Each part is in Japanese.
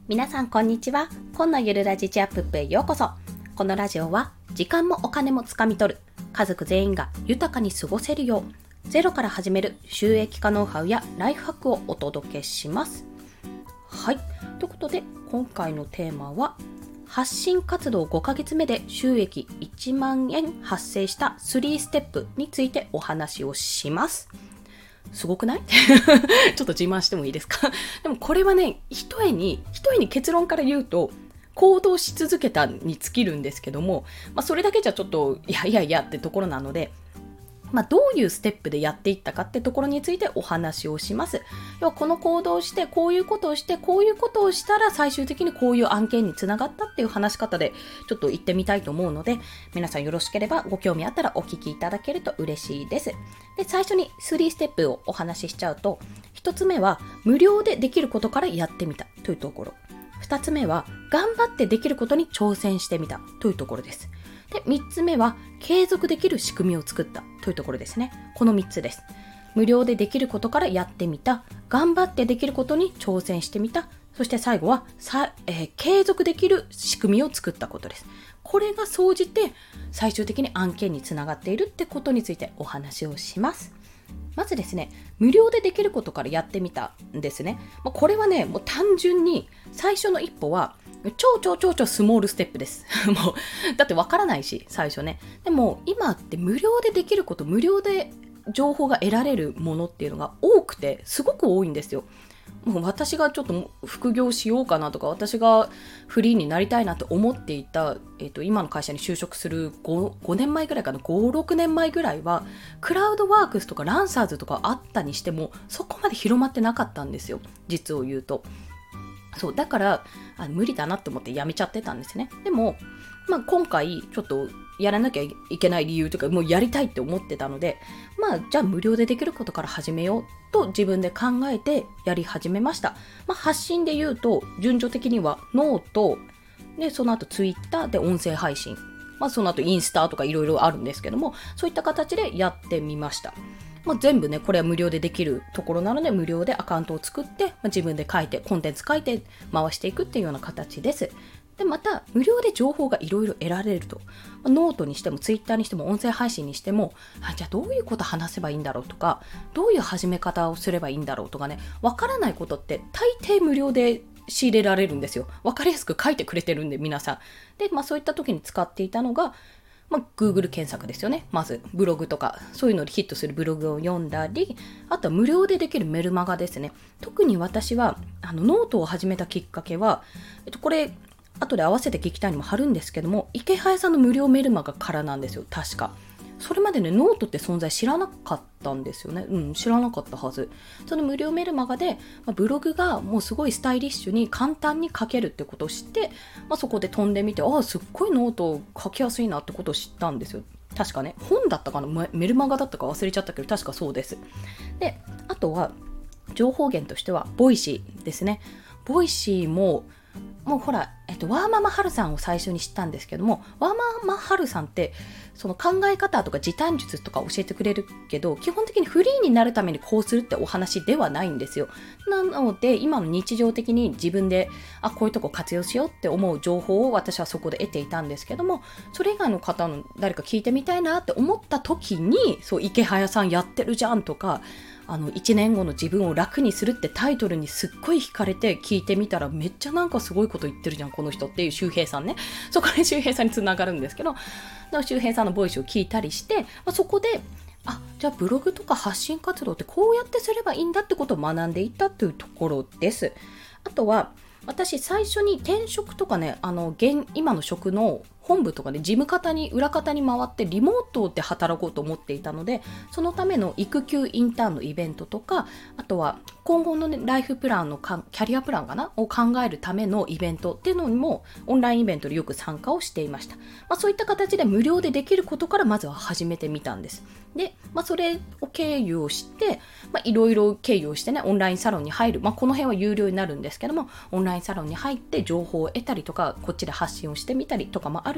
皆さんこんにちは。今のゆるラジチアップへようこそ。このラジオは時間もお金もつかみ取る、家族全員が豊かに過ごせるよう、ゼロから始める収益化ノウハウやライフハックをお届けします。はい、ということで今回のテーマは発信活動5ヶ月目で収益1万円発生した3ステップについてお話をします。すごくないちょっと自慢してもいいですかでもこれはね、ひとえに結論から言うと、行動し続けたに尽きるんですけども、それだけじゃちょっといやってところなので、どういうステップでやっていったかってところについてお話をします。要はこの行動をして、こういうことをして、こういうことをしたら最終的にこういう案件につながったっていう話し方でちょっと言ってみたいと思うので、皆さんよろしければご興味あったらお聞きいただけると嬉しいです。で、最初に3ステップをお話ししちゃうと、1つ目は無料でできることからやってみたというところ。2つ目は頑張ってできることに挑戦してみたというところです。で、3つ目は継続できる仕組みを作ったというところですね。この3つです。無料でできることからやってみた、頑張ってできることに挑戦してみた、そして最後は継続できる仕組みを作ったことです。これが総じて最終的に案件につながっているってことについてお話をします。まずですね、無料でできることからやってみたんですね。これはね、もう単純に最初の一歩は超スモールステップです。もうだってわからないし、最初ね。でも今って無料でできること、無料で情報が得られるものっていうのが多くて、すごく多いんですよ。もう私がちょっと副業しようかなとか、私がフリーになりたいなと思っていた、今の会社に就職する 5年前ぐらいかな、5、6年前ぐらいは、クラウドワークスとかランサーズとかあったにしても、そこまで広まってなかったんですよ。実を言うと。そう、だから無理だなと思ってやめちゃってたんですね。でも、今回ちょっとやらなきゃいけない理由というか、もうやりたいって思ってたので、じゃあ無料でできることから始めようと自分で考えてやり始めました。発信で言うと、順序的にはノートで、その後ツイッターで音声配信、その後インスタとかいろいろあるんですけども、そういった形でやってみました。全部ね、これは無料でできるところなので、無料でアカウントを作って、自分で書いて、コンテンツ書いて回していくっていうような形です。で、また無料で情報がいろいろ得られると、ノートにしてもツイッターにしても音声配信にしても、じゃあどういうこと話せばいいんだろうとか、どういう始め方をすればいいんだろうとかね、わからないことって大抵無料で仕入れられるんですよ。わかりやすく書いてくれてるんで、皆さんで、そういった時に使っていたのがGoogle 検索ですよね。まずブログとかそういうのでヒットするブログを読んだり、あとは無料でできるメルマガですね。特に私はノートを始めたきっかけは、これ後で合わせて聞きたいにも貼るんですけども、池早さんの無料メルマガからなんですよ。確かそれまでね、ノートって存在知らなかったんですよね。知らなかったはず。その無料メルマガで、ブログがもうすごいスタイリッシュに簡単に書けるってことを知って、そこで飛んでみて、すっごいノート書きやすいなってことを知ったんですよ。確かね、本だったかな、メルマガだったか忘れちゃったけど、確かそうです。で、あとは情報源としてはボイシーですね。ボイシーもほら、ワーママハルさんを最初に知ったんですけども、ワーママハルさんってその考え方とか時短術とか教えてくれるけど、基本的にフリーになるためにこうするってお話ではないんですよ。なので今の日常的に自分でこういうとこ活用しようって思う情報を私はそこで得ていたんですけども、それ以外の方の誰か聞いてみたいなって思った時に、そう池早さんやってるじゃんとか、1年後の自分を楽にするってタイトルにすっごい惹かれて聞いてみたら、めっちゃなんかすごいこと言ってるじゃんこの人っていう周平さんね。そこで周平さんにつながるんですけど、周平さんのボイスを聞いたりして、そこでじゃあブログとか発信活動ってこうやってすればいいんだってことを学んでいったというところです。あとは私最初に転職とかね、今の職の本部とかで事務方に裏方に回ってリモートで働こうと思っていたので、そのための育休インターンのイベントとか、あとは今後の、ライフプランのキャリアプランを考えるためのイベントっていうのにもオンラインイベントでよく参加をしていました。そういった形で無料でできることからまずは始めてみたんです。で、それを経由をして、いろいろ経由をしてね、オンラインサロンに入る、この辺は有料になるんですけども、オンラインサロンに入って情報を得たりとか、こっちで発信をしてみたりとかもある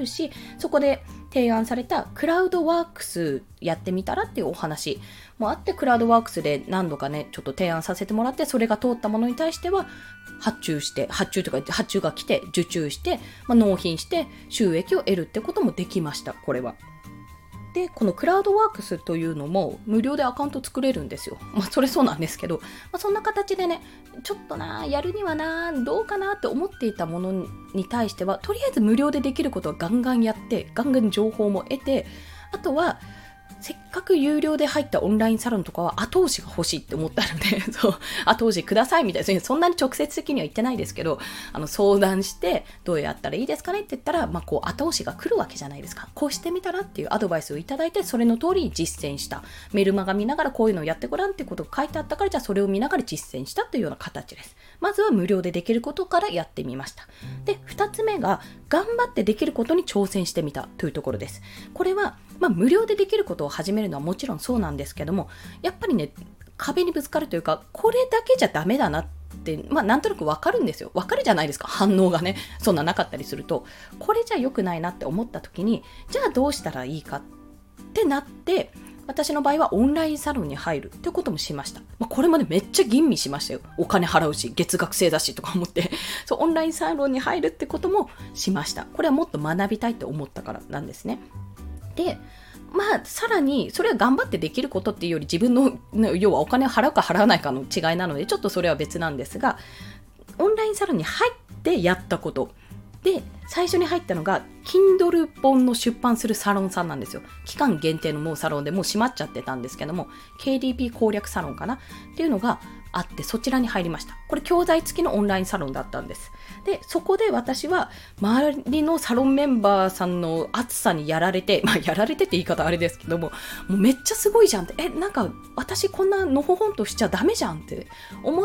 るし、そこで提案されたクラウドワークスやってみたらっていうお話もあって、クラウドワークスで何度かねちょっと提案させてもらって、それが通ったものに対しては発注が来て受注して、納品して収益を得るってこともできました。これはで、このクラウドワークスというのも無料でアカウント作れるんですよ。それそうなんですけど、そんな形でね、ちょっとやるにはどうかなって思っていたものに対しては、とりあえず無料でできることはガンガンやって、ガンガン情報も得て、あとはせっかく有料で入ったオンラインサロンとかは後押しが欲しいって思ったのでそう後押しくださいみたいな、そんなに直接的には言ってないですけど、相談してどうやったらいいですかねって言ったら、こう後押しが来るわけじゃないですか。こうしてみたらっていうアドバイスをいただいて、それの通りに実践した。メルマガ見ながらこういうのをやってごらんってことが書いてあったから、じゃあそれを見ながら実践したというような形です。まずは無料でできることからやってみました。で、2つ目が頑張ってできることに挑戦してみたというところです。これは無料でできることを始めるのはもちろんそうなんですけども、やっぱりね、壁にぶつかるというか、これだけじゃダメだなって、なんとなくわかるんですよ。わかるじゃないですか、反応がね、そんななかったりすると、これじゃ良くないなって思った時に、じゃあどうしたらいいかってなって、私の場合はオンラインサロンに入るってこともしました。これまでめっちゃ吟味しましたよ。お金払うし、月額制だしとか思ってそう、オンラインサロンに入るってこともしました。これはもっと学びたいって思ったからなんですね。で、さらにそれは頑張ってできることっていうより、自分の要はお金を払うか払わないかの違いなので、ちょっとそれは別なんですが、オンラインサロンに入ってやったことで、最初に入ったのが Kindle 本の出版するサロンさんなんですよ。期間限定のもうサロンでもう閉まっちゃってたんですけども、 KDP 攻略サロンかなっていうのがあって、そちらに入りました。これ教材付きのオンラインサロンだったんです。で、そこで私は周りのサロンメンバーさんの熱さにやられて、やられてって言い方あれですけども、もうめっちゃすごいじゃんって、なんか私こんなのほほんとしちゃダメじゃんって思って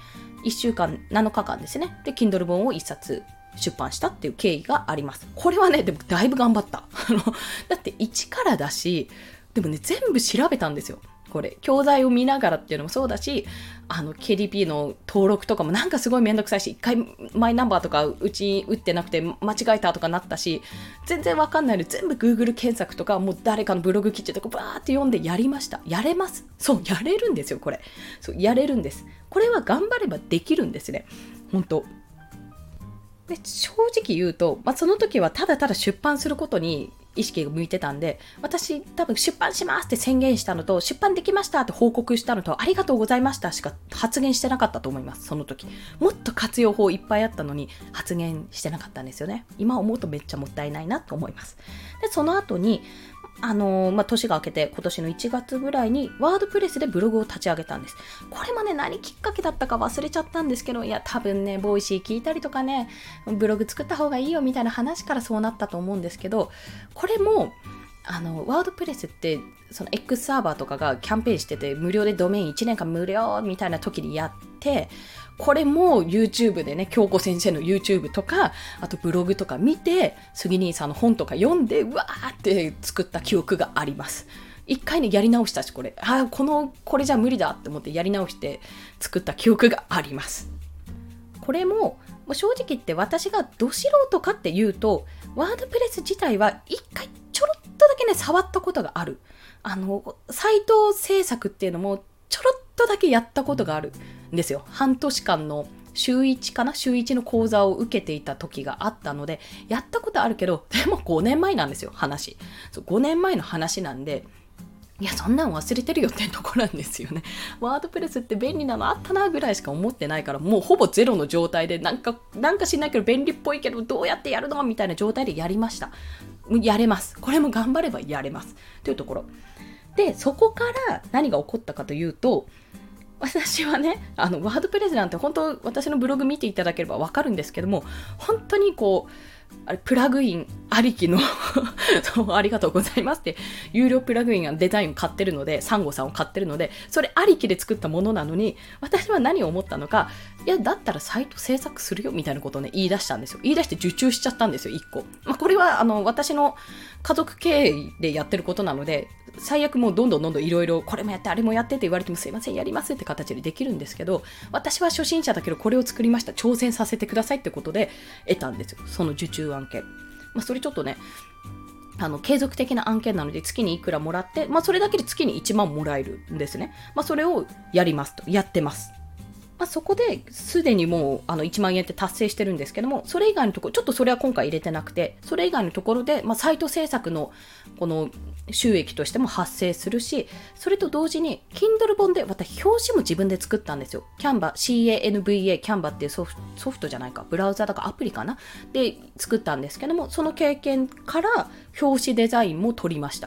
、1週間7日間ですね、で Kindle 本を1冊出版したっていう経緯があります。これはね、でもだいぶ頑張っただって一からだし、でもね、全部調べたんですよ。これ教材を見ながらっていうのもそうだし、KDP の登録とかもなんかすごいめんどくさいし、一回マイナンバーとかうち打ってなくて間違えたとかなったし、全然わかんないので、全部 Google 検索とか、もう誰かのブログ記事とかバーって読んでやりました。やれます。そう、やれるんですよ。これそう、やれるんです。これは頑張ればできるんですね、本当で。正直言うと、その時はただただ出版することに意識が向いてたんで、私多分出版しますって宣言したのと、出版できましたって報告したのと、ありがとうございましたしか発言してなかったと思います。その時もっと活用法いっぱいあったのに発言してなかったんですよね。今思うとめっちゃもったいないなと思います。で、その後に年が明けて今年の1月ぐらいにワードプレスでブログを立ち上げたんです。これもね、何きっかけだったか忘れちゃったんですけど、いや多分ね、ボイシー聞いたりとかね、ブログ作った方がいいよみたいな話からそうなったと思うんですけど、これもワードプレスってその X サーバーとかがキャンペーンしてて、無料でドメイン1年間無料みたいな時にやって、これも YouTube でね、京子先生の YouTube とか、あとブログとか見て、杉兄さんの本とか読んで、うわーって作った記憶があります。一回ね、やり直したし、これじゃ無理だって思ってやり直して作った記憶があります。これも正直言って、私がど素人かっていうと、ワードプレス自体は一回ちょろっとだけね、触ったことがある。サイト制作っていうのもちょろっとだけやったことがあるんですよ。半年間の週1の講座を受けていた時があったので、やったことあるけど、でも5年前なんですよ、話。そう、5年前の話なんで、いや、そんなん忘れてるよってところなんですよね。ワードプレスって便利なのあったなぐらいしか思ってないから、もうほぼゼロの状態で、なんか知んないけど便利っぽいけど、どうやってやるのみたいな状態でやりました。やれます。これも頑張ればやれますというところで、そこから何が起こったかというと、私はね、ワードプレスなんて本当、私のブログ見ていただければわかるんですけども、本当にプラグインありきのそうありがとうございますって有料プラグインデザインを買ってるので、サンゴさんを買ってるので、それありきで作ったものなのに、私は何を思ったのか、いやだったらサイト制作するよみたいなことをね言い出したんですよ。言い出して受注しちゃったんですよ、1個。これは私の家族経営でやってることなので、最悪もうどんどんいろいろこれもやってあれもやってって言われても、すいませんやりますって形でできるんですけど、私は初心者だけどこれを作りました、挑戦させてくださいってことで得たんですよ、その受注案件。 それちょっとね、継続的な案件なので月にいくらもらって、それだけで月に1万もらえるんですね。それをやってます。そこですでにもう1万円って達成してるんですけども、それ以外のところ、ちょっとそれは今回入れてなくて、それ以外のところで、サイト制作のこの収益としても発生するし、それと同時に Kindle 本で表紙も自分で作ったんですよ。Canva、CANVA、Canva っていうソフトじゃないか、ブラウザだかアプリかなで作ったんですけども、その経験から表紙デザインも取りました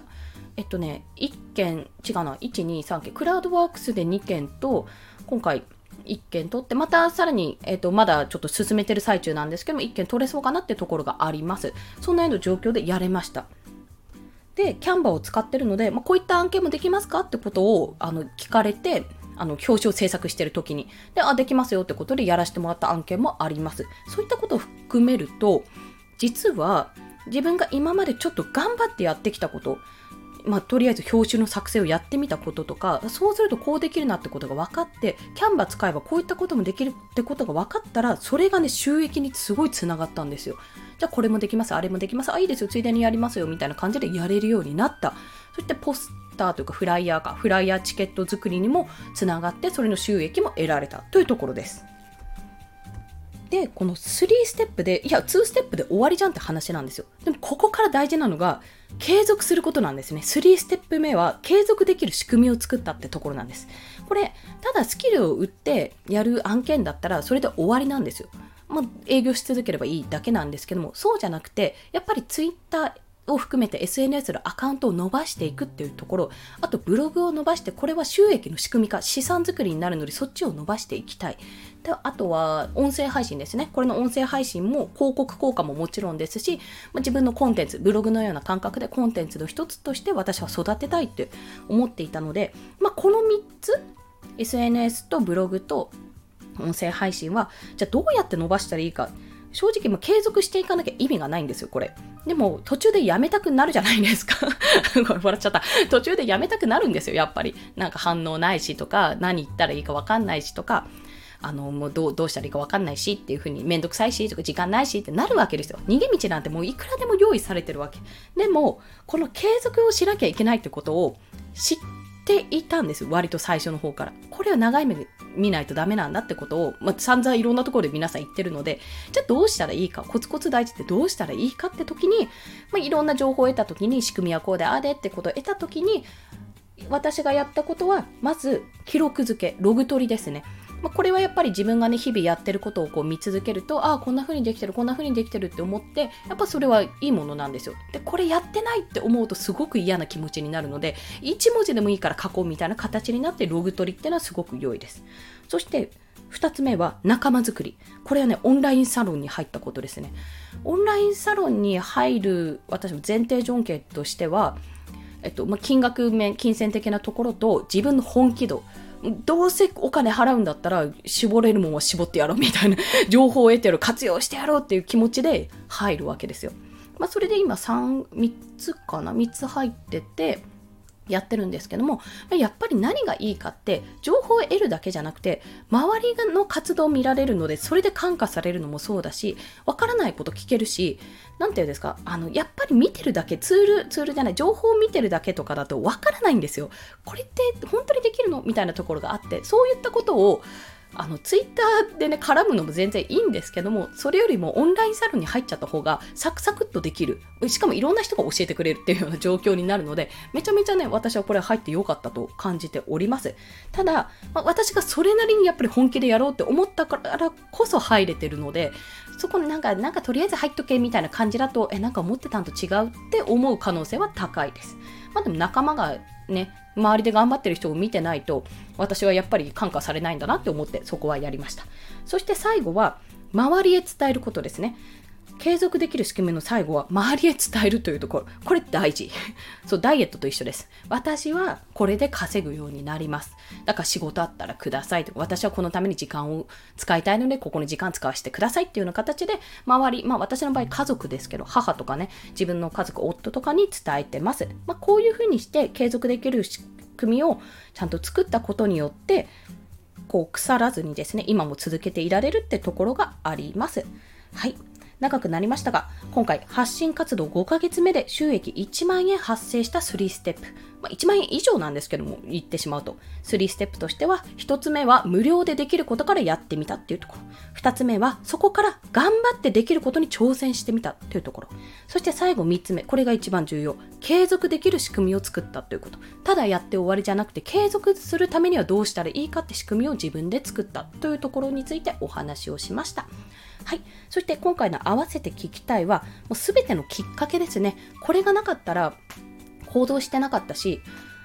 。1件、違うな、1、2、3件、クラウドワークスで2件と、今回、1件取って、またさらに、まだちょっと進めてる最中なんですけども、1件取れそうかなってところがあります。そんなような状況でやれました。で、キャンバーを使ってるので、こういった案件もできますかってことを聞かれて、表紙を制作してる時に、で、できますよってことでやらせてもらった案件もあります。そういったことを含めると、実は自分が今までちょっと頑張ってやってきたこと、とりあえず表紙の作成をやってみたこととか、そうするとこうできるなってことが分かって、キャンバー使えばこういったこともできるってことが分かったら、それがね、収益にすごいつながったんですよ。じゃあこれもできます、あれもできます、いいですよ、ついでにやりますよみたいな感じでやれるようになった。そしてポスターというかフライヤーチケット作りにもつながって、それの収益も得られたというところです。で、この3ステップで、2ステップで終わりじゃんって話なんですよ。でもここから大事なのが継続することなんですね。3ステップ目は継続できる仕組みを作ったってところなんです。これ、ただスキルを売ってやる案件だったらそれで終わりなんですよ。営業し続ければいいだけなんですけども、そうじゃなくて、やっぱりツイッターを含めて SNS のアカウントを伸ばしていくっていうところ、あとブログを伸ばして、これは収益の仕組み化、資産作りになるのでそっちを伸ばしていきたい。で、あとは音声配信ですね。これの音声配信も広告効果ももちろんですし、自分のコンテンツ、ブログのような感覚でコンテンツの一つとして私は育てたいって思っていたので、この3つ SNS とブログと音声配信はじゃあどうやって伸ばしたらいいか、正直継続していかなきゃ意味がないんですよ、これ。でも途中でやめたくなるじゃないですかこれ笑っちゃった。途中でやめたくなるんですよ、やっぱり。なんか反応ないしとか、何言ったらいいか分かんないしとか、もうどうしたらいいか分かんないしっていう風に、めんどくさいしとか時間ないしってなるわけですよ。逃げ道なんてもういくらでも用意されてるわけ。でもこの継続をしなきゃいけないってことを知っていたんですよ、割と最初の方から。これは長い目で見ないとダメなんだってことを、散々いろんなところで皆さん言ってるので、じゃあどうしたらいいか、コツコツ大事ってどうしたらいいかって時に、いろんな情報を得た時に、仕組みはこうでああでってことを得た時に、私がやったことはまず記録付け、ログ取りですね。これはやっぱり自分がね、日々やってることを見続けると、こんな風にできてる、こんな風にできてるって思って、やっぱそれはいいものなんですよ。で、これやってないって思うとすごく嫌な気持ちになるので、1文字でもいいから書こうみたいな形になってログ取りっていうのはすごく良いです。そして2つ目は仲間作り。これはね、オンラインサロンに入ったことですね。オンラインサロンに入る私の前提条件としては、金額面、金銭的なところと自分の本気度、どうせお金払うんだったら絞れるもんは絞ってやろうみたいな情報を得てやろう、活用してやろうっていう気持ちで入るわけですよ。それで今3つかな、3つ入っててやってるんですけども、やっぱり何がいいかって情報を得るだけじゃなくて、周りの活動を見られるので、それで感化されるのもそうだし、わからないこと聞けるし、なんていうんですか、やっぱり見てるだけ、ツールじゃない、情報を見てるだけとかだとわからないんですよ。これって本当にできるのみたいなところがあって、そういったことをツイッターでね、絡むのも全然いいんですけども、それよりもオンラインサロンに入っちゃった方がサクサクっとできる。しかもいろんな人が教えてくれるっていうような状況になるので、めちゃめちゃね、私はこれ入ってよかったと感じております。ただ、私がそれなりにやっぱり本気でやろうって思ったからこそ入れてるので、そこになんかとりあえず入っとけみたいな感じだと、なんか思ってたんと違うって思う可能性は高いです。でも仲間がね、周りで頑張ってる人を見てないと、私はやっぱり感化されないんだなって思って、そこはやりました。そして最後は周りへ伝えることですね。継続できる仕組みの最後は周りへ伝えるというところ、これ大事。そう、ダイエットと一緒です。私はこれで稼ぐようになります。だから仕事あったらくださいとか、私はこのために時間を使いたいのでここに時間使わせてくださいっていうような形で、周り、私の場合家族ですけど、母とかね、自分の家族、夫とかに伝えてます。こういうふうにして継続できる仕組みをちゃんと作ったことによって、腐らずにですね、今も続けていられるってところがあります。はい。 長くなりましたが、今回発信活動5ヶ月目で収益1万円発生した3ステップ。1万円以上なんですけども、言ってしまうと。3ステップとしては、1つ目は無料でできることからやってみたっていうところ。2つ目は、そこから頑張ってできることに挑戦してみたっていうところ。そして最後3つ目、これが一番重要。継続できる仕組みを作ったということ。ただやって終わりじゃなくて、継続するためにはどうしたらいいかって仕組みを自分で作ったというところについてお話をしました。はい。そして今回の合わせて聞きたいは、もう全てのきっかけですね。これがなかったら行動してなかったし、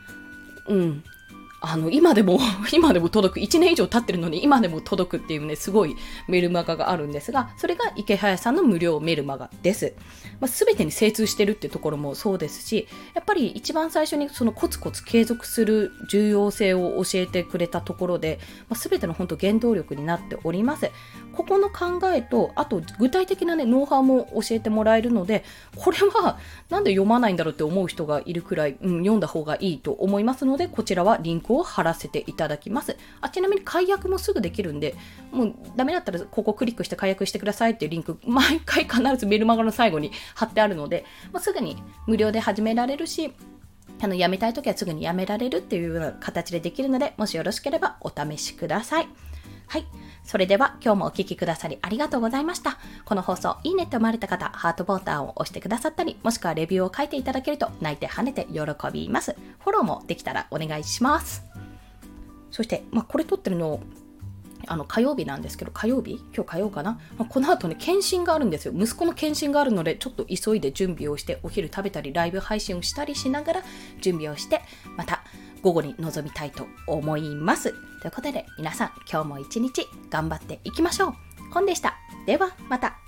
今でも届く、1年以上経ってるのに今でも届くっていうね、すごいメルマガがあるんですが、それが池早さんの無料メルマガです。全てに精通してるっていうところもそうですし、やっぱり一番最初にそのコツコツ継続する重要性を教えてくれたところで、全ての本当原動力になっております。ここの考えと、あと具体的なね、ノウハウも教えてもらえるので、これはなんで読まないんだろうって思う人がいるくらい、読んだ方がいいと思いますので、こちらはリンクを貼らせていただきます。ちなみに解約もすぐできるんで、もうダメだったらここクリックして解約してくださいっていうリンク、毎回必ずメルマガの最後に貼ってあるので、すぐに無料で始められるし、やめたいときはすぐにやめられるっていうような形でできるので、もしよろしければお試しください。はい。それでは今日もお聞きくださりありがとうございました。この放送いいねって思われた方、ハートボタンを押してくださったり、もしくはレビューを書いていただけると泣いて跳ねて喜びます。フォローもできたらお願いします。そして、これ撮ってるの火曜日なんですけど、今日火曜かな、この後ね、検診があるんですよ。息子の検診があるので、ちょっと急いで準備をして、お昼食べたり、ライブ配信をしたりしながら準備をして、また午後に臨みたいと思います。ということで、皆さん、今日も一日頑張っていきましょう。コンでした。では、また。